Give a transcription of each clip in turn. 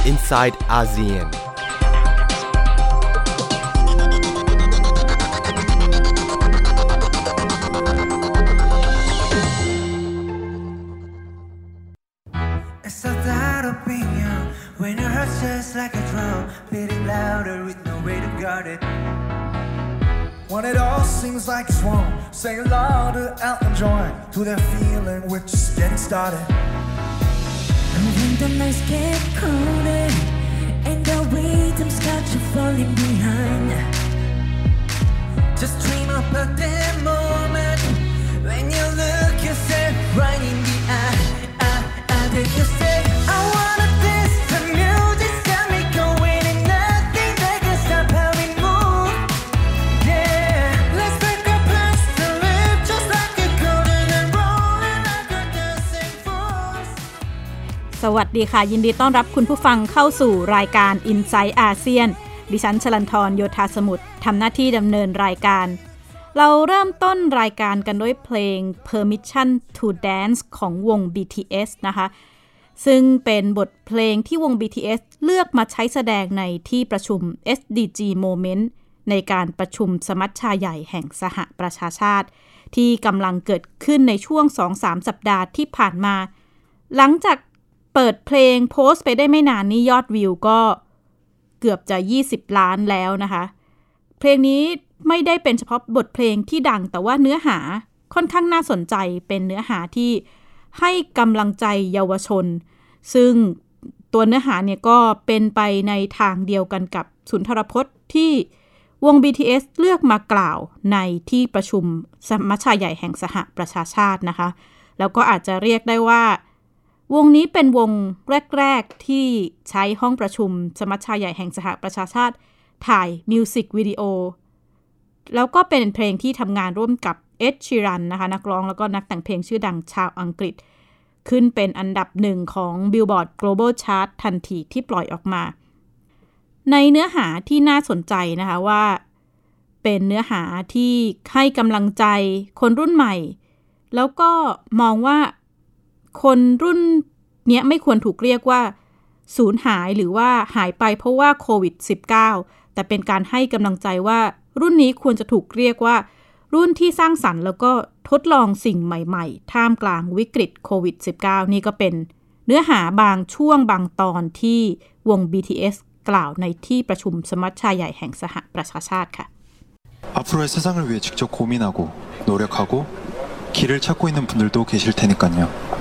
inside ASEAN. It's so that opinion when your heart's just like a drum, beating louder with no way to guard it. When it all seems like it's wrong, say along to Elton John, to that feeling we're just getting started. And when the nights get colder and the rhythm's got you falling behind, just dream about that moment when you look yourself right in the eye. Then you say, I wanna dance, the music's got me going and nothing that can stop how we move. Yeah, let's break our plans to live just like a golden and rolling like a dancing force. สวัสดีค่ะยินดีต้อนรับคุณผู้ฟังเข้าสู่รายการ Inside ASEAN ดิฉันชลันทรโยธาสมุทรทำหน้าที่ดำเนินรายการเราเริ่มต้นรายการกันด้วยเพลง Permission to Dance ของวง BTS นะคะซึ่งเป็นบทเพลงที่วง BTS เลือกมาใช้แสดงในที่ประชุม SDG Moment ในการประชุมสมัชชาใหญ่แห่งสหประชาชาติที่กำลังเกิดขึ้นในช่วง 2-3 สัปดาห์ที่ผ่านมาหลังจากเปิดเพลงโพสต์ไปได้ไม่นานนี้ยอดวิวก็เกือบจะ20 ล้านแล้วนะคะเพลงนี้ไม่ได้เป็นเฉพาะบทเพลงที่ดังแต่ว่าเนื้อหาค่อนข้างน่าสนใจเป็นเนื้อหาที่ให้กำลังใจเยาวชนซึ่งตัวเนื้อหาเนี่ยก็เป็นไปในทางเดียวกันกับสุนทรพจน์ที่วง BTS เลือกมากล่าวในที่ประชุมสมัชชาใหญ่แห่งสหประชาชาตินะคะแล้วก็อาจจะเรียกได้ว่าวงนี้เป็นวงแรกๆที่ใช้ห้องประชุมสมัชชาใหญ่แห่งสหประชาชาติถ่ายมิวสิกวิดีโอแล้วก็เป็นเพลงที่ทำงานร่วมกับเอ็ดชีรันนะคะนักร้องแล้วก็นักแต่งเพลงชื่อดังชาวอังกฤษขึ้นเป็นอันดับหนึ่งของ Billboard Global Chart ทันทีที่ปล่อยออกมาในเนื้อหาที่น่าสนใจนะคะว่าเป็นเนื้อหาที่ให้กำลังใจคนรุ่นใหม่แล้วก็มองว่าคนรุ่นเนี้ยไม่ควรถูกเรียกว่าสูญหายหรือว่าหายไปเพราะว่าโควิด -19 แต่เป็นการให้กำลังใจว่ารุ่นนี้ควรจะถูกเรียกว่ารุ่นที่สร้างสรรค์แล้วก็ทดลองสิ่งใหม่ๆท่ามกลางวิกฤตโควิด -19 นี่ก็เป็นเนื้อหาบางช่วงบางตอนที่วง BTS กล่าวในที่ประชุมสมัชชาใหญ่แห่งสหประชาชาติค่ะ 앞으로의 세상을 위해 직접 고민하고 노력하고 길을 찾고 있는 분들도 계실 테니까요.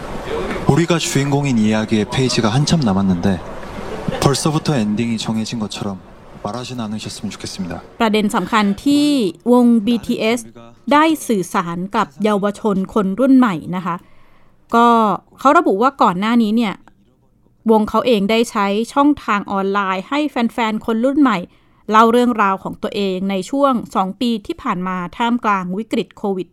우리가 주인공인 이야기의 페이지가 한참 남았는데 벌써부터 엔딩이 정해진 것처럼 말하진 않으셨으면 좋겠습니다. ประเด็นสำคัญที่วง BTS ได้สื่อสารกับเยาวชนคนรุ่นใหม่นะคะก็เขาระบุว่าก่อนหน้านี้เนี่ยวงเขาเองได้ใช้ช่องทางออนไลน์ให้แฟนๆคนรุ่นใหม่เล่าเรื่องราวของตัวเองในช่วง2 ปีที่ผ่านมาท่ามกลางวิกฤตโควิด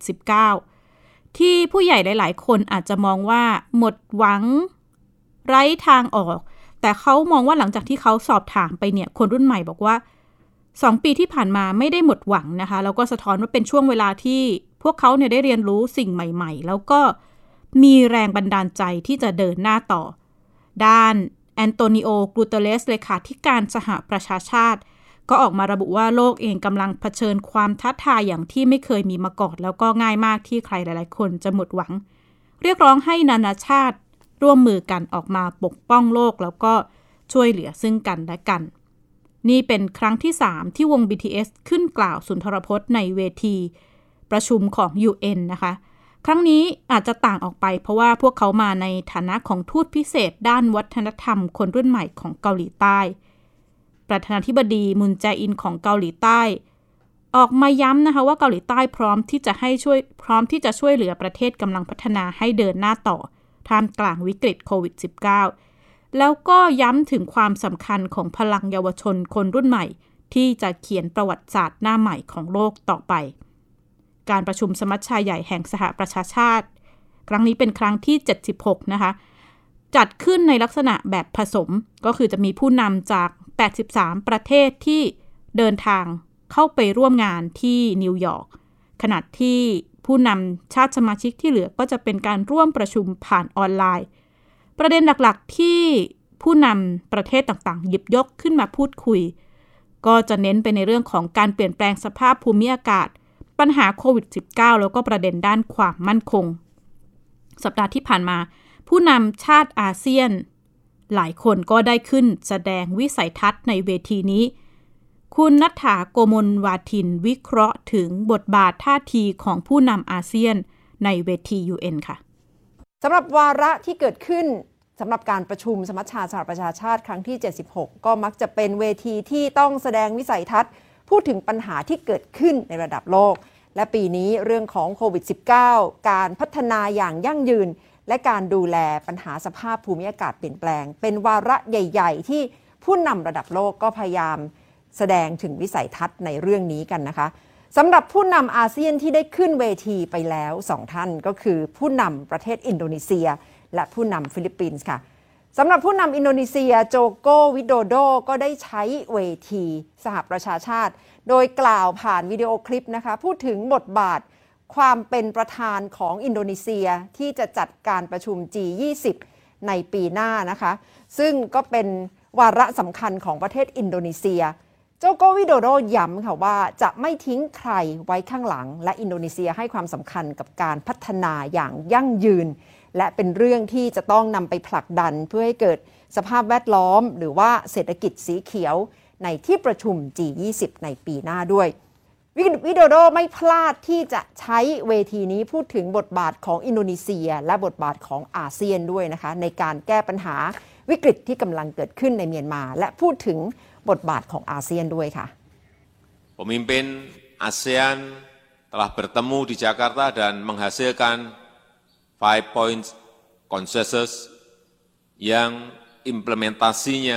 -19 ที่ผู้ใหญ่หลายๆคนอาจจะมองว่าหมดหวังไร้ทางออกแต่เขามองว่าหลังจากที่เขาสอบถามไปเนี่ยคนรุ่นใหม่บอกว่า2 ปีที่ผ่านมาไม่ได้หมดหวังนะคะแล้วก็สะท้อนว่าเป็นช่วงเวลาที่พวกเขาเนี่ยได้เรียนรู้สิ่งใหม่ๆแล้วก็มีแรงบันดาลใจที่จะเดินหน้าต่อด้านแอนโตนิโอ กูเตเรสเลขาธิการสหประชาชาติก็ออกมาระบุว่าโลกเองกำลังเผชิญความท้าทายอย่างที่ไม่เคยมีมาก่อนแล้วก็ง่ายมากที่ใครหลายๆคนจะหมดหวังเรียกร้องให้นานาชาติร่วมมือกันออกมาปกป้องโลกแล้วก็ช่วยเหลือซึ่งกันและกันนี่เป็นครั้งที่3ที่วง BTS ขึ้นกล่าวสุนทรพจน์ในเวทีประชุมของ UN นะคะครั้งนี้อาจจะต่างออกไปเพราะว่าพวกเขามาในฐานะของทูตพิเศษด้านวัฒนธรรมคนรุ่นใหม่ของเกาหลีใต้ประธานาธิบดีมุนแจอินของเกาหลีใต้ออกมาย้ำนะคะว่าเกาหลีใต้พร้อมที่จะช่วยเหลือประเทศกำลังพัฒนาให้เดินหน้าต่อท่ามกลางวิกฤตโควิด -19 แล้วก็ย้ำถึงความสำคัญของพลังเยาวชนคนรุ่นใหม่ที่จะเขียนประวัติศาสตร์หน้าใหม่ของโลกต่อไปการประชุมสมัชชาใหญ่แห่งสหประชาชาติครั้งนี้เป็นครั้งที่76นะคะจัดขึ้นในลักษณะแบบผสมก็คือจะมีผู้นำจาก83ประเทศที่เดินทางเข้าไปร่วมงานที่นิวยอร์กขณะที่ผู้นำชาติสมาชิกที่เหลือก็จะเป็นการร่วมประชุมผ่านออนไลน์ประเด็นหลักๆที่ผู้นำประเทศต่างๆหยิบยกขึ้นมาพูดคุยก็จะเน้นไปในเรื่องของการเปลี่ยนแปลงสภาพภูมิอากาศปัญหาโควิด -19 แล้วก็ประเด็นด้านความมั่นคงสัปดาห์ที่ผ่านมาผู้นำชาติอาเซียนหลายคนก็ได้ขึ้นแสดงวิสัยทัศน์ในเวทีนี้คุณณัฐฐา โกมลวาทินวิเคราะห์ถึงบทบาทท่าทีของผู้นำอาเซียนในเวที UN ค่ะสำหรับวาระที่เกิดขึ้นสำหรับการประชุมสมัชชาสหประชาชาติครั้งที่76ก็มักจะเป็นเวทีที่ต้องแสดงวิสัยทัศน์พูดถึงปัญหาที่เกิดขึ้นในระดับโลกและปีนี้เรื่องของโควิด -19 การพัฒนาอย่างยั่งยืนและการดูแลปัญหาสภาพภูมิอากาศเปลี่ยนแปลงเป็นวาระใหญ่ๆที่ผู้นำระดับโลกก็พยายามแสดงถึงวิสัยทัศน์ในเรื่องนี้กันนะคะสำหรับผู้นำอาเซียนที่ได้ขึ้นเวทีไปแล้ว2ท่านก็คือผู้นำประเทศอินโดนีเซียและผู้นำฟิลิปปินส์ค่ะสำหรับผู้นำอินโดนีเซียโจโกวิโดโดก็ได้ใช้เวทีสหประชาชาติโดยกล่าวผ่านวิดีโอคลิปนะคะพูดถึงบทบาทความเป็นประธานของอินโดนีเซียที่จะจัดการประชุม G20 ในปีหน้านะคะซึ่งก็เป็นวาระสำคัญของประเทศอินโดนีเซียโจโกวิโดโดย้ำค่ะว่าจะไม่ทิ้งใครไว้ข้างหลังและอินโดนีเซียให้ความสำคัญกับการพัฒนาอย่างยั่งยืนและเป็นเรื่องที่จะต้องนำไปผลักดันเพื่อให้เกิดสภาพแวดล้อมหรือว่าเศรษฐกิจสีเขียวในที่ประชุม G20 ในปีหน้าด้วยวิโดโดไม่พลาดที่จะใช้เวทีนี้พูดถึงบทบาทของอินโดนีเซียและบทบาทของอาเซียนด้วยนะคะในการแก้ปัญหาวิกฤตที่กำลังเกิดขึ้นในเมียนมาและพูดถึงบทบาทของอาเซียนด้วยค่ะ Pemimpin ASEAN telah bertemu di Jakarta dan menghasilkan 5 Points Consensus yang implementasinya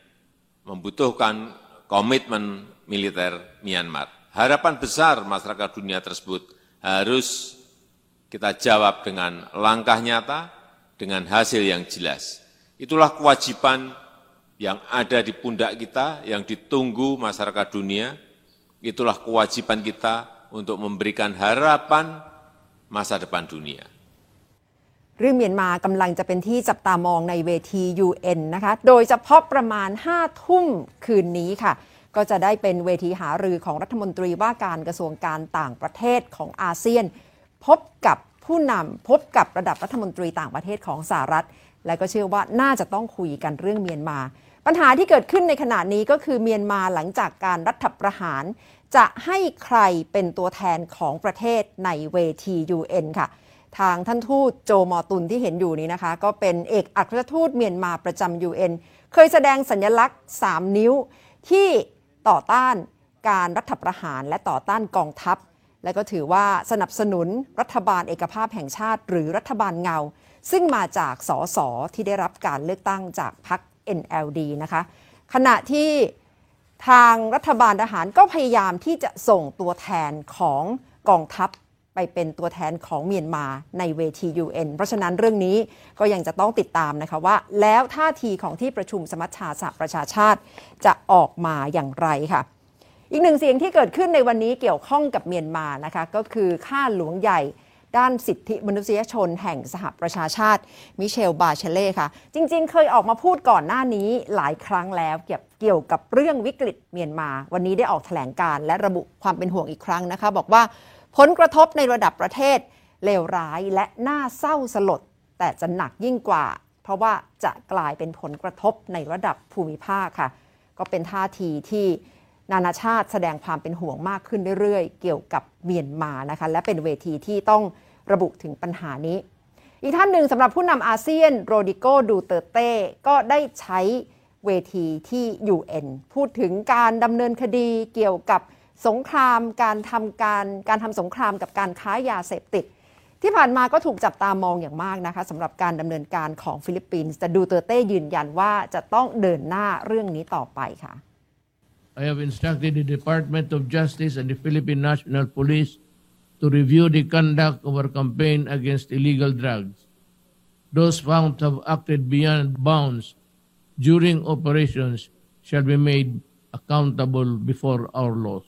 membutuhkan komitmen militer Myanmar. Harapan besar masyarakat dunia tersebut harus kita jawab dengan langkah nyata, dengan hasil yang jelas. Itulah kewajiban yang ada di pundak kita, yang ditunggu masyarakat dunia. Itulah kewajiban kita untuk memberikan harapan masa depan dunia. เรื่องเมียนมากำลังจะเป็นที่จับตามองในเวที UN นะคะโดยเฉพาะประมาณ 5 ทุ่มคืนนี้ค่ะก็จะได้เป็นเวทีหารือของรัฐมนตรีว่าการกระทรวงการต่างประเทศของอาเซียนพบกับผู้นำพบกับระดับรัฐมนตรีต่างประเทศของสหรัฐและก็เชื่อว่าน่าจะต้องคุยกันเรื่องเมียนมาปัญหาที่เกิดขึ้นในขณะนี้ก็คือเมียนมาหลังจากการรัฐประหารจะให้ใครเป็นตัวแทนของประเทศในเวที UN ค่ะทางท่านทูตโจมอตุนที่เห็นอยู่นี้นะคะก็เป็นเอกอัครราชทูตเมียนมาประจำ UN เคยแสดงสัญลักษณ์3นิ้วที่ต่อต้านการรัฐประหารและต่อต้านกองทัพและก็ถือว่าสนับสนุนรัฐบาลเอกภาพแห่งชาติหรือรัฐบาลเงาซึ่งมาจากสสที่ได้รับการเลือกตั้งจากพรรค NLD นะคะขณะที่ทางรัฐบาลทหารก็พยายามที่จะส่งตัวแทนของกองทัพไปเป็นตัวแทนของเมียนมาในเวที UN เพราะฉะนั้นเรื่องนี้ก็ยังจะต้องติดตามนะคะว่าแล้วท่าทีของที่ประชุมสมัชชาสหประชาชาติจะออกมาอย่างไรค่ะอีกหนึ่งเสียงที่เกิดขึ้นในวันนี้เกี่ยวข้องกับเมียนมานะคะก็คือข้าหลวงใหญ่ด้านสิทธิมนุษยชนแห่งสหประชาชาติมิเชลบาเชเล่ค่ะจริงๆเคยออกมาพูดก่อนหน้านี้หลายครั้งแล้วเกี่ยวกับเรื่องวิกฤตเมียนมาวันนี้ได้ออกแถลงการณ์และระบุความเป็นห่วงอีกครั้งนะคะบอกว่าผลกระทบในระดับประเทศเลวร้ายและน่าเศร้าสลดแต่จะหนักยิ่งกว่าเพราะว่าจะกลายเป็นผลกระทบในระดับภูมิภาคค่ะก็เป็นท่าทีที่นานาชาติแสดงความเป็นห่วงมากขึ้นเรื่อยๆเกี่ยวกับเมียนมานะคะและเป็นเวทีที่ต้องระบุถึงปัญหานี้อีกท่านหนึ่งสำหรับผู้นำอาเซียนโรดิโก ดูเตอร์เต้ก็ได้ใช้เวทีที่ UN พูดถึงการดำเนินคดีเกี่ยวกับสงครามการทำสงครามกับการค้ายาเสพติดที่ผ่านมาก็ถูกจับตามองอย่างมากนะคะสำหรับการดำเนินการของฟิลิปปินส์แต่ดูเตอร์เต้ยืนยันว่าจะต้องเดินหน้าเรื่องนี้ต่อไปค่ะ I have instructed the Department of Justice and the Philippine National Police to review the conduct of our campaign against illegal drugs. Those found to have acted beyond bounds during operations shall be made accountable before our laws.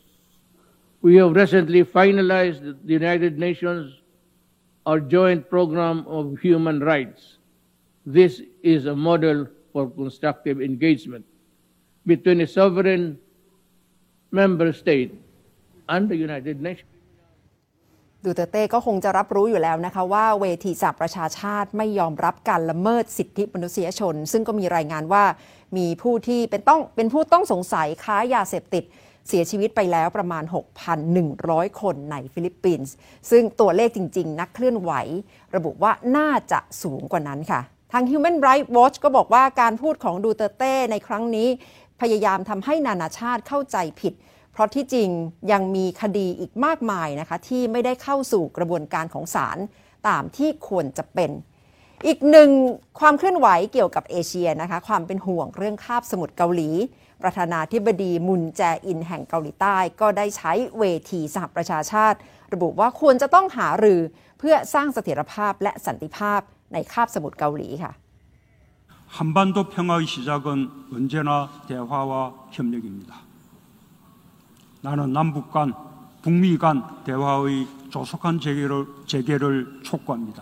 We have recently finalized the United Nations, our joint program of human rights. This is a model for constructive engagement between a sovereign member state and the United Nations. ดูเตอร์เต้ก็คงจะรับรู้อยู่แล้วนะคะว่าเวทีสหประชาชาติไม่ยอมรับการละเมิดสิทธิมนุษยชนซึ่งก็มีรายงานว่ามีผู้ที่เป็นผู้ต้องสงสัยค้ายาเสพติดเสียชีวิตไปแล้วประมาณ 6,100 คนในฟิลิปปินส์ซึ่งตัวเลขจริงๆนักเคลื่อนไหวระบุว่าน่าจะสูงกว่านั้นค่ะทาง Human Rights Watch ก็บอกว่าการพูดของดูเตอร์เต้ในครั้งนี้พยายามทำให้นานาชาติเข้าใจผิดเพราะที่จริงยังมีคดีอีกมากมายนะคะที่ไม่ได้เข้าสู่กระบวนการของศาลตามที่ควรจะเป็นอีกหนึ่งความเคลื่อนไหวเกี่ยวกับเอเชียนะคะความเป็นห่วงเรื่องคาบสมุทรเกาหลีประธานาธิบดีมุนแจอินแห่งเกาหลีใต้ก็ได้ใช้เวทีสหประชาชาติระบุว่าควรจะต้องหารือเพื่อสร้างเสถียรภาพและสันติภาพในคาบสมุทรเกาหลีค่ะ 한반도 평화의 시작은 언제나 대화와 협력입니다. 나는 남북 간, 북미 간 대화의 조속한 재개를 촉구합니다.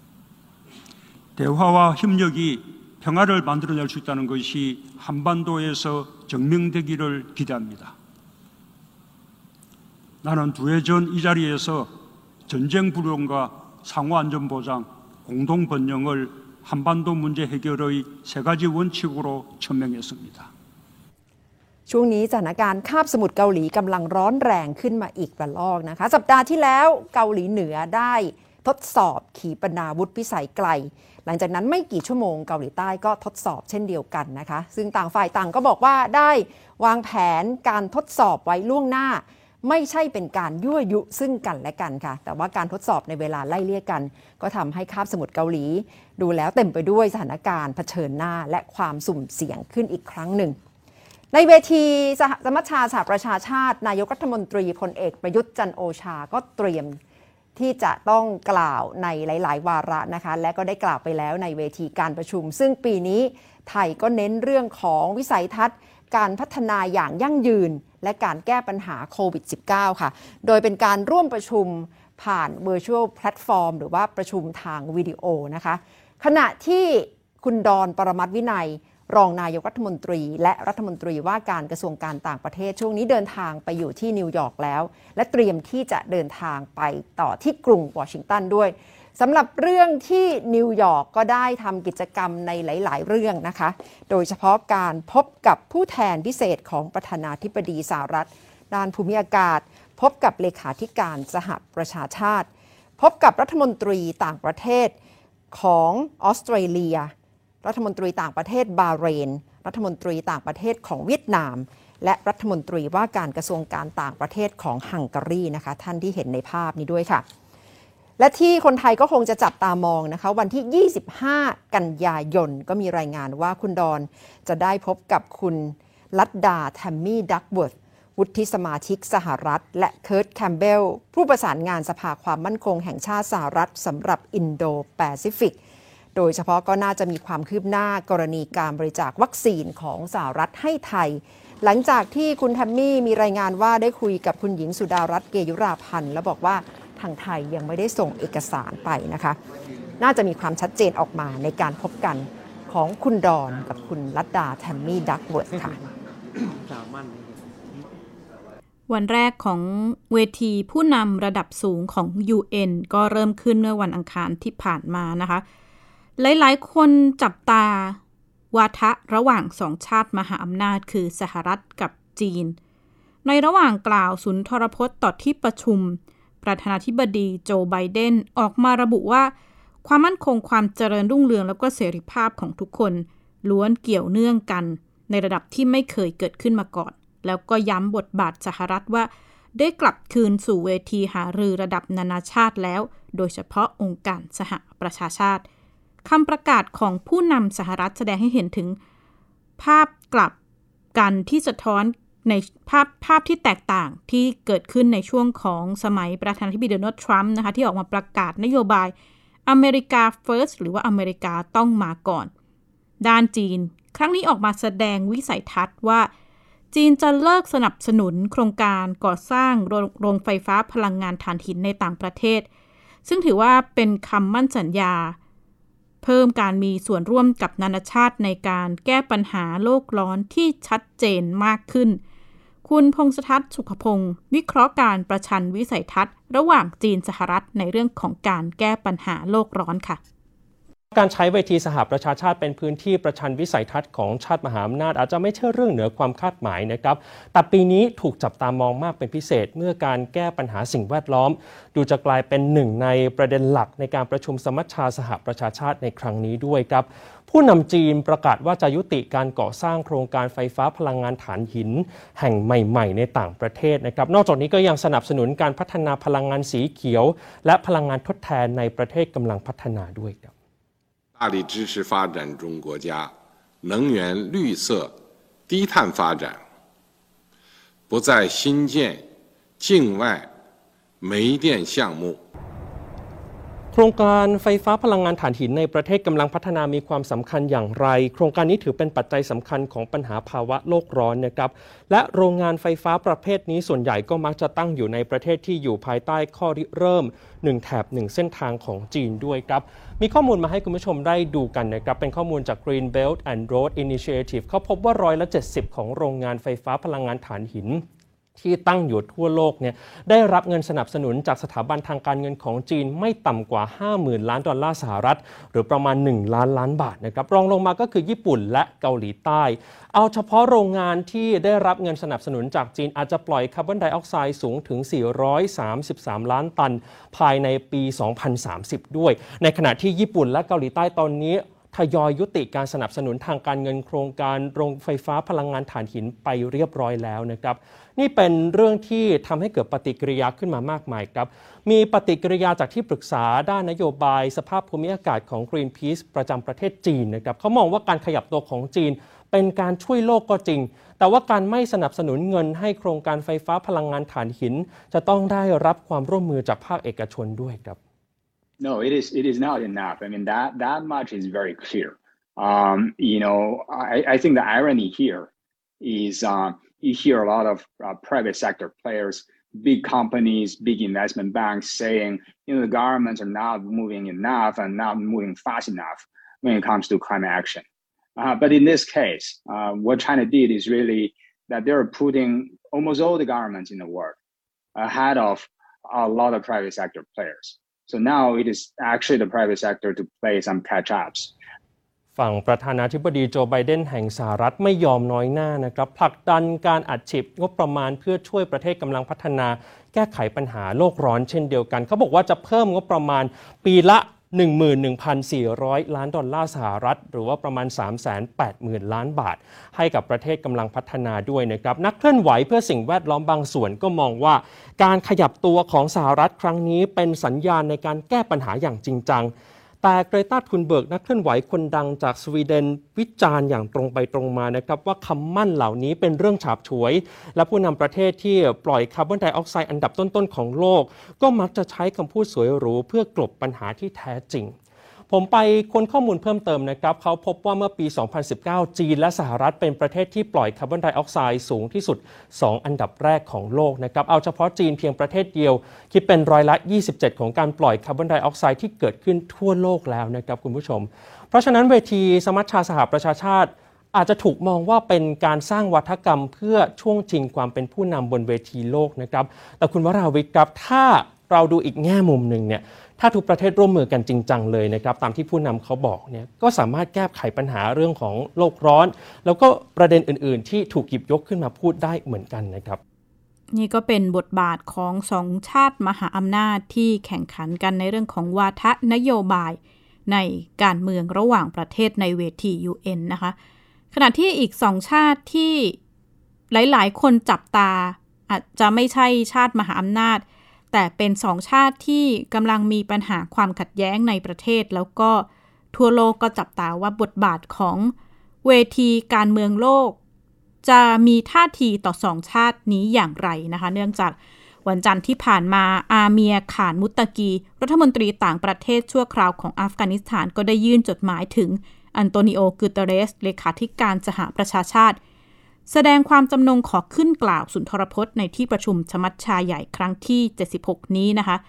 대화와 협력이 평화를 만들어낼 수 있다는 것이 한반도에서 증명되기를 기대합니다. 나는 2해 전 이 자리에서 전쟁 불용과 상호 안전 보장, 공동 번영을 한반도 문제 해결의 3가지 원칙으로 천명했습니다. ช่วงนี้สถานการณ์คาบสมุทรเกาหลีกำลังร้อนแรงขึ้นมาอีกระลอกนะคะสัปดาห์ที่แล้วเกาหลีเหนือได้ทดสอบขีปนาวุธพิสัยไกลหลังจากนั้นไม่กี่ชั่วโมงเกาหลีใต้ก็ทดสอบเช่นเดียวกันนะคะซึ่งต่างฝ่ายต่างก็บอกว่าได้วางแผนการทดสอบไว้ล่วงหน้าไม่ใช่เป็นการยั่วยุซึ่งกันและกันค่ะแต่ว่าการทดสอบในเวลาไล่เลี่ยกันก็ทำให้คาบสมุทรเกาหลีดูแล้วเต็มไปด้วยสถานการณ์เผชิญหน้าและความสุ่มเสี่ยงขึ้นอีกครั้งหนึ่งในเวทีสมัชชาสหประชาชาตินายกรัฐมนตรีพลเอกประยุทธ์จันทร์โอชาก็เตรียมที่จะต้องกล่าวในหลายๆวาระนะคะและก็ได้กล่าวไปแล้วในเวทีการประชุมซึ่งปีนี้ไทยก็เน้นเรื่องของวิสัยทัศน์การพัฒนาอย่างยั่งยืนและการแก้ปัญหาโควิด -19 ค่ะโดยเป็นการร่วมประชุมผ่าน Virtual Platform หรือว่าประชุมทางวิดีโอนะคะขณะที่คุณดอนปรมัตถ์วินัยรองนายกรัฐมนตรีและรัฐมนตรีว่าการกระทรวงการต่างประเทศช่วงนี้เดินทางไปอยู่ที่นิวยอร์กแล้วและเตรียมที่จะเดินทางไปต่อที่กรุงวอชิงตันด้วยสำหรับเรื่องที่นิวยอร์กก็ได้ทำกิจกรรมในหลายๆเรื่องนะคะโดยเฉพาะการพบกับผู้แทนพิเศษของประธานาธิบดีสหรัฐด้านภูมิอากาศพบกับเลขาธิการสหประชาชาติพบกับรัฐมนตรีต่างประเทศของออสเตรเลียรัฐมนตรีต่างประเทศบาห์เรนรัฐมนตรีต่างประเทศของเวียดนามและรัฐมนตรีว่าการกระทรวงการต่างประเทศของฮังการีนะคะท่านที่เห็นในภาพนี้ด้วยค่ะและที่คนไทยก็คงจะจับตามองนะคะวันที่ 25 กันยายนก็มีรายงานว่าคุณดอนจะได้พบกับคุณลัดดาแทมมี่ดักเวิร์ธวุฒิสมาชิกสหรัฐและเคิร์ตแคมเบลผู้ประสานงานสภาความมั่นคงแห่งชาติสหรัฐสำหรับอินโดแปซิฟิกโดยเฉพาะก็น่าจะมีความคืบหน้ากรณีการบริจาควัคซีนของสหรัฐให้ไทยหลังจากที่คุณแทมมี่มีรายงานว่าได้คุยกับคุณหญิงสุดารัตน์เกยุราพันธ์และบอกว่าทางไทยยังไม่ได้ส่งเอกสารไปนะคะน่าจะมีความชัดเจนออกมาในการพบกันของคุณดอนกับคุณลัดดาแทมมี่ดักเวิร์ธค่ะวันแรกของเวทีผู้นำระดับสูงของ UN ก็เริ่มขึ้นเมื่อวันอังคารที่ผ่านมานะคะหลายๆคนจับตาวาทะระหว่างสองชาติมหาอำนาจคือสหรัฐกับจีนในระหว่างกล่าวสุนทรพจน์ต่อที่ประชุมประธานาธิบดีโจไบเดนออกมาระบุว่าความมั่นคงความเจริญรุ่งเรืองแล้วก็เสรีภาพของทุกคนล้วนเกี่ยวเนื่องกันในระดับที่ไม่เคยเกิดขึ้นมาก่อนแล้วก็ย้ำบทบาทสหรัฐว่าได้กลับคืนสู่เวทีหารือระดับนานาชาติแล้วโดยเฉพาะองค์การสหประชาชาติคำประกาศของผู้นำสหรัฐแสดงให้เห็นถึงภาพกลับกันที่สะท้อนในภาพที่แตกต่างที่เกิดขึ้นในช่วงของสมัยประธานาธิบดีโดนัลด์ทรัมป์นะคะที่ออกมาประกาศนโยบายอเมริกา First หรือว่าอเมริกาต้องมาก่อนด้านจีนครั้งนี้ออกมาแสดงวิสัยทัศน์ว่าจีนจะเลิกสนับสนุนโครงการก่อสร้างโรงไฟฟ้าพลังงานถ่านหินในต่างประเทศซึ่งถือว่าเป็นคำมั่นสัญญาเพิ่มการมีส่วนร่วมกับนานาชาติในการแก้ปัญหาโลกร้อนที่ชัดเจนมากขึ้นคุณพงษ์ทัศน์สุขพงศ์วิเคราะห์การประชันวิสัยทัศน์ระหว่างจีนสหรัฐในเรื่องของการแก้ปัญหาโลกร้อนค่ะการใช้เวทีสหประชาชาติเป็นพื้นที่ประชันวิสัยทัศน์ของชาติมหาอำนาจอาจจะไม่ใช่เรื่องเหนือความคาดหมายนะครับแต่ปีนี้ถูกจับตามองมากเป็นพิเศษเมื่อการแก้ปัญหาสิ่งแวดล้อมดูจะกลายเป็นหนึ่งในประเด็นหลักในการประชุมสมัชชาสหประชาชาติในครั้งนี้ด้วยครับผู้นำจีนประกาศว่าจะยุติการก่อสร้างโครงการไฟฟ้าพลังงานถ่านหินแห่งใหม่ๆในต่างประเทศนะครับนอกจากนี้ก็ยังสนับสนุนการพัฒนาพลังงานสีเขียวและพลังงานทดแทนในประเทศกำลังพัฒนาด้วยครับ大力支持发展中国家能源绿色低碳发展，不再新建境外煤电项目。 โครงการไฟฟ้าพลังงานถ่านหินในประเทศกำลังพัฒนามีความสำคัญอย่างไรโครงการนี้ถือเป็นปัจจัยสำคัญของปัญหาภาวะโลกร้อนนะครับและโรงงานไฟฟ้าประเภทนี้ส่วนใหญ่ก็มักจะตั้งอยู่ในประเทศที่อยู่ภายใต้ข้อริเริ่ม1แถบ1เส้นทางของจีนด้วยครับมีข้อมูลมาให้คุณผู้ชมได้ดูกันนะครับเป็นข้อมูลจาก Green Belt and Road Initiative เขาพบว่า70%ของโรงงานไฟฟ้าพลังงานถ่านหินที่ตั้งอยู่ทั่วโลกเนี่ยได้รับเงินสนับสนุนจากสถาบันทางการเงินของจีนไม่ต่ำกว่า 50,000 ล้านดอลลาร์สหรัฐหรือประมาณ1 ล้านล้านบาทนะครับรองลงมาก็คือญี่ปุ่นและเกาหลีใต้เอาเฉพาะโรงงานที่ได้รับเงินสนับสนุนจากจีนอาจจะปล่อยคาร์บอนไดออกไซด์สูงถึง433ล้านตันภายในปี2030ด้วยในขณะที่ญี่ปุ่นและเกาหลีใต้ตอนนี้ทยอยยุติการสนับสนุนทางการเงินโครงการโรงไฟฟ้าพลังงานถ่านหินไปเรียบร้อยแล้วนะครับนี่เป็นเรื่องที่ทำให้เกิดปฏิกิริยาขึ้นมามากมายครับมีปฏิกิริยาจากที่ปรึกษาด้านนโยบายสภาพภูมิอากาศของ Greenpeace ประจำประเทศจีนนะครับเขามองว่าการขยับตัวของจีนเป็นการช่วยโลกก็จริงแต่ว่าการไม่สนับสนุนเงินให้โครงการไฟฟ้าพลังงานถ่านหินจะต้องได้รับความร่วมมือจากภาคเอกชนด้วยครับ No, it is not enough. I mean, that much is very clear. I think the irony here is you hear a lot of private sector players, big companies, big investment banks saying, the governments are not moving enough and not moving fast enough when it comes to climate action. But in this case, what China did is really that they're putting almost all the governments in the world ahead of a lot of private sector players.So now it is actually the private sector to play some catch-ups. ฝั่งประธานาธิบดีโจไบเดนแห่งสหรัฐไม่ยอมน้อยหน้านะครับผลักดันการอัดฉีดงบประมาณเพื่อช่วยประเทศกำลังพัฒนาแก้ไขปัญหาโลกร้อนเช่นเดียวกันเขาบอกว่าจะเพิ่มงบประมาณปีละ 11,400 ล้านดอลลาร์สหรัฐหรือว่าประมาณ 380,000 ล้านบาทให้กับประเทศกำลังพัฒนาด้วยนะครับนักเคลื่อนไหวเพื่อสิ่งแวดล้อมบางส่วนก็มองว่าการขยับตัวของสหรัฐครั้งนี้เป็นสัญญาณในการแก้ปัญหาอย่างจริงจังแต่เกรตา ทุนเบิร์กนักเคลื่อนไหวคนดังจากสวีเดนวิจารณ์อย่างตรงไปตรงมานะครับว่าคำมั่นเหล่านี้เป็นเรื่องฉาบฉวยและผู้นำประเทศที่ปล่อยคาร์บอนไดออกไซด์อันดับต้นๆของโลกก็มักจะใช้คำพูดสวยหรูเพื่อกลบปัญหาที่แท้จริงผมไปค้นข้อมูลเพิ่มเติมนะครับเขาพบว่าเมื่อปี 2019 จีนและสหรัฐเป็นประเทศที่ปล่อยคาร์บอนไดออกไซด์สูงที่สุด2อันดับแรกของโลกนะครับเอาเฉพาะจีนเพียงประเทศเดียวคิดเป็น27%ของการปล่อยคาร์บอนไดออกไซด์ที่เกิดขึ้นทั่วโลกแล้วนะครับคุณผู้ชมเพราะฉะนั้นเวทีสมัชชาสหประชาชาติอาจจะถูกมองว่าเป็นการสร้างวัฒกรรมเพื่อช่วงชิงความเป็นผู้นำบนเวทีโลกนะครับแต่คุณวราวิทย์ครับถ้าเราดูอีกแง่มุมหนึ่งเนี่ยถ้าทุกประเทศร่วมมือกันจริงจังเลยนะครับตามที่ผู้นำเขาบอกเนี่ยก็สามารถแก้ไขปัญหาเรื่องของโลกร้อนแล้วก็ประเด็นอื่นๆที่ถูกหยิบยกขึ้นมาพูดได้เหมือนกันนะครับนี่ก็เป็นบทบาทของสองชาติมหาอำนาจที่แข่งขันกันในเรื่องของวาทนโยบายในการเมืองระหว่างประเทศในเวที UN นะคะขณะที่อีกสองชาติที่หลายๆคนจับตาอาจจะไม่ใช่ชาติมหาอำนาจแต่เป็นสองชาติที่กำลังมีปัญหาความขัดแย้งในประเทศแล้วก็ทั่วโลกก็จับตาว่าบทบาทของเวทีการเมืองโลกจะมีท่าทีต่อสองชาตินี้อย่างไรนะคะเนื่องจากวันจันทร์ที่ผ่านมาอาเมีย ข่านมุตตะกีรัฐมนตรีต่างประเทศชั่วคราวของอัฟกานิสถานก็ได้ยื่นจดหมายถึงอันโตนิโอ กูเตเรสเลขาธิการสหประชาชาติแสดงความจำนงขอขึ้นกล่าวสุนทรพจน์ในที่ประชุมสมัชชาใหญ่ครั้งที่76นี้นะคะ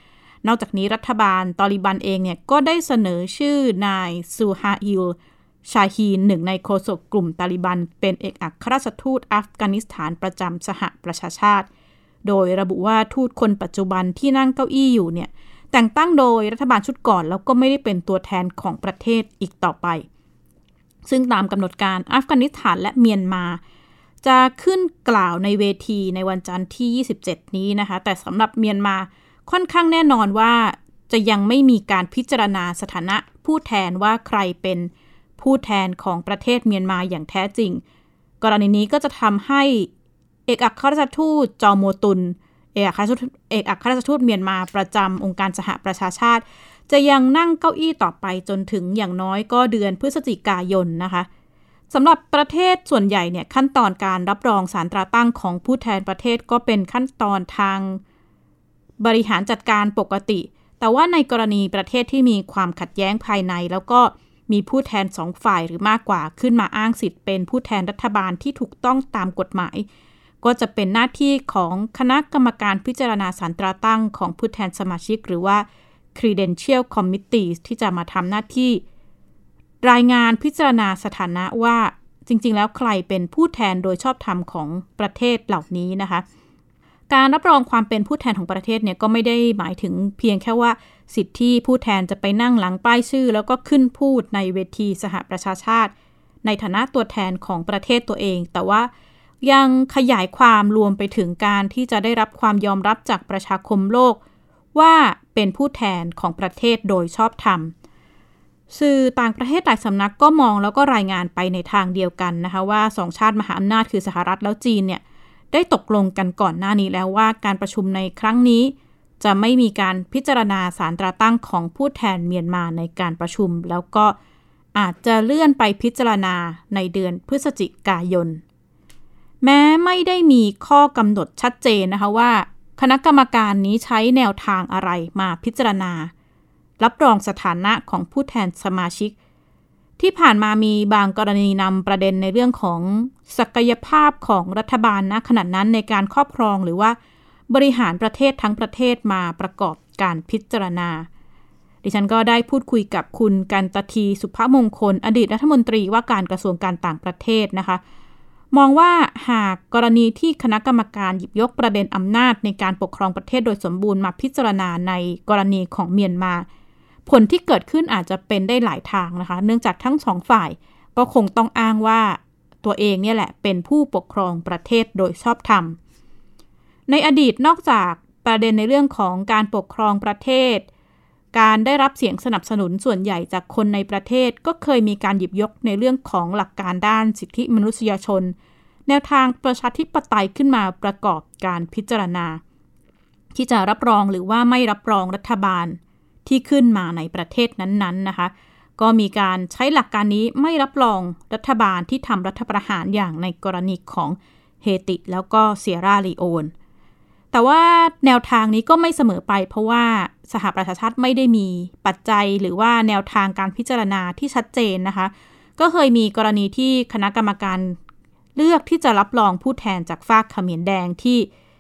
นอกจากนี้รัฐบาลตอลิบันเองเนี่ยก็ได้เสนอชื่อนายซูฮาอิลชาฮีนหนึ่งในโฆษกกลุ่มตาลิบันเป็นเอกอัครราชทูตอัฟกานิสถานประจำสหประชาชาติโดยระบุว่าทูตคนปัจจุบันที่นั่งเก้าอี้อยู่เนี่ยแต่งตั้งโดยรัฐบาลชุดก่อนแล้วก็ไม่ได้เป็นตัวแทนของประเทศอีกต่อไปซึ่งตามกำหนดการอัฟกานิสถานและเมียนมาจะขึ้นกล่าวในเวทีในวันจันทร์ที่27นี้นะคะแต่สำหรับเมียนมาค่อนข้างแน่นอนว่าจะยังไม่มีการพิจารณาสถานะผู้แทนว่าใครเป็นผู้แทนของประเทศเมียนมาอย่างแท้จริงกรณีนี้ก็จะทำให้เอกอัครราชทูตจอโมตุนเอกอัครราชทูตเมียนมาประจำองค์การสหประชาชาติจะยังนั่งเก้าอี้ต่อไปจนถึงอย่างน้อยก็เดือนพฤศจิกายนนะคะสำหรับประเทศส่วนใหญ่เนี่ยขั้นตอนการรับรองศาลตราตั้งของผู้แทนประเทศก็เป็นขั้นตอนทางบริหารจัดการปกติแต่ว่าในกรณีประเทศที่มีความขัดแย้งภายในแล้วก็มีผู้แทน2ฝ่ายหรือมากกว่าขึ้นมาอ้างสิทธิ์เป็นผู้แทนรัฐบาลที่ถูกต้องตามกฎหมายก็จะเป็นหน้าที่ของคณะกรรมการพิจารณาศาลตราตั้งของผู้แทนสมาชิกหรือว่า Credential Committees ที่จะมาทำหน้าที่รายงานพิจารณาสถานะว่าจริงๆแล้วใครเป็นผู้แทนโดยชอบธรรมของประเทศเหล่านี้นะคะการรับรองความเป็นผู้แทนของประเทศเนี่ยก็ไม่ได้หมายถึงเพียงแค่ว่าสิทธิที่ผู้แทนจะไปนั่งหลังป้ายชื่อแล้วก็ขึ้นพูดในเวทีสหประชาชาติในฐานะตัวแทนของประเทศตัวเองแต่ว่ายังขยายความรวมไปถึงการที่จะได้รับความยอมรับจากประชาคมโลกว่าเป็นผู้แทนของประเทศโดยชอบธรรมสื่อต่างประเทศหลายสำนักก็มองแล้วก็รายงานไปในทางเดียวกันนะคะว่าสองชาติมหาอำนาจคือสหรัฐแล้วจีนเนี่ยได้ตกลงกันก่อนหน้านี้แล้วว่าการประชุมในครั้งนี้จะไม่มีการพิจารณาศาลตราตั้งของผู้แทนเมียนมาในการประชุมแล้วก็อาจจะเลื่อนไปพิจารณาในเดือนพฤศจิกายนแม้ไม่ได้มีข้อกำหนดชัดเจนนะคะว่าคณะกรรมการนี้ใช้แนวทางอะไรมาพิจารณารับรองสถานะของผู้แทนสมาชิกที่ผ่านมามีบางกรณีนำประเด็นในเรื่องของศักยภาพของรัฐบาลณขณะนั้นในการครอบครองหรือว่าบริหารประเทศทั้งประเทศมาประกอบการพิจารณาดิฉันก็ได้พูดคุยกับคุณกันตทีสุภมงคลอดีตรัฐมนตรีว่าการกระทรวงการต่างประเทศนะคะมองว่าหากกรณีที่คณะกรรมการหยิบยกประเด็นอำนาจในการปกครองประเทศโดยสมบูรณ์มาพิจารณาในกรณีของเมียนมาผลที่เกิดขึ้นอาจจะเป็นได้หลายทางนะคะเนื่องจากทั้งสองฝ่ายก็คงต้องอ้างว่าตัวเองเนี่ยแหละเป็นผู้ปกครองประเทศโดยชอบธรรมในอดีตนอกจากประเด็นในเรื่องของการปกครองประเทศการได้รับเสียงสนับสนุนส่วนใหญ่จากคนในประเทศก็เคยมีการหยิบยกในเรื่องของหลักการด้านสิทธิมนุษยชนแนวทางประชาธิปไตยขึ้นมาประกอบการพิจารณาที่จะรับรองหรือว่าไม่รับรองรัฐบาลที่ขึ้นมาในประเทศนั้นๆนะคะก็มีการใช้หลักการนี้ไม่รับรองรัฐบาลที่ทำรัฐประหารอย่างในกรณีของเฮติแล้วก็เซียร่าลีโอนแต่ว่าแนวทางนี้ก็ไม่เสมอไปเพราะว่าสหประชาชาติไม่ได้มีปัจจัยหรือว่าแนวทางการพิจารณาที่ชัดเจนนะคะก็เคยมีกรณีที่คณะกรรมการเลือกที่จะรับรองผู้แทนจากฝากเขมรแดงที่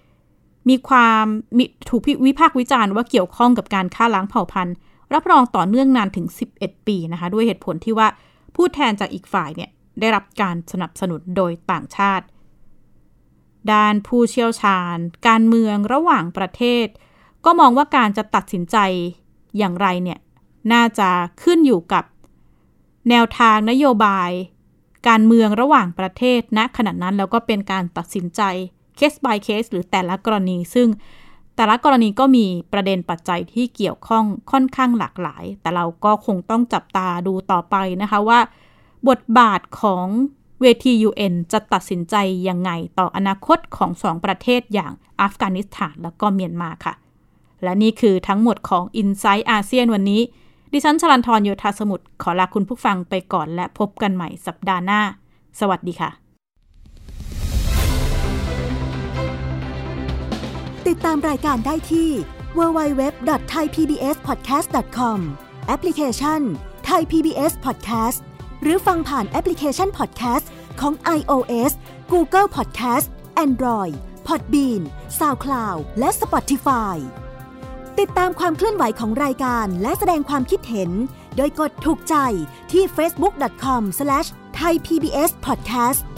ถูกวิพากษ์วิจารณ์ว่าเกี่ยวข้องกับการฆ่าล้างเผ่าพันธุ์รับรองต่อเนื่องนานถึง11ปีนะคะด้วยเหตุผลที่ว่าผู้แทนจากอีกฝ่ายเนี่ยได้รับการสนับสนุนโดยต่างชาติด้านผู้เชี่ยวชาญการเมืองระหว่างประเทศก็มองว่าการจะตัดสินใจอย่างไรเนี่ยน่าจะขึ้นอยู่กับแนวทางนโยบายการเมืองระหว่างประเทศณขณะนั้นแล้วก็เป็นการตัดสินใจcase by case หรือแต่ละกรณีซึ่งแต่ละกรณีก็มีประเด็นปัจจัยที่เกี่ยวข้องค่อนข้างหลากหลายแต่เราก็คงต้องจับตาดูต่อไปนะคะว่าบทบาทของเวที UN จะตัดสินใจยังไงต่ออนาคตของสองประเทศอย่างอัฟกานิสถานและก็เมียนมาค่ะและนี่คือทั้งหมดของ Inside อาเซียนวันนี้ดิฉันชลันทรโยธาสมุทรขอลาคุณผู้ฟังไปก่อนและพบกันใหม่สัปดาห์หน้าสวัสดีค่ะติดตามรายการได้ที่ www.thaipbspodcast.com แอปพลิเคชัน Thai PBS Podcast หรือฟังผ่านแอปพลิเคชัน Podcast ของ iOS Google Podcast Android Podbean SoundCloud และ Spotify ติดตามความเคลื่อนไหวของรายการและแสดงความคิดเห็นโดยกดถูกใจที่ facebook.com/thaipbspodcast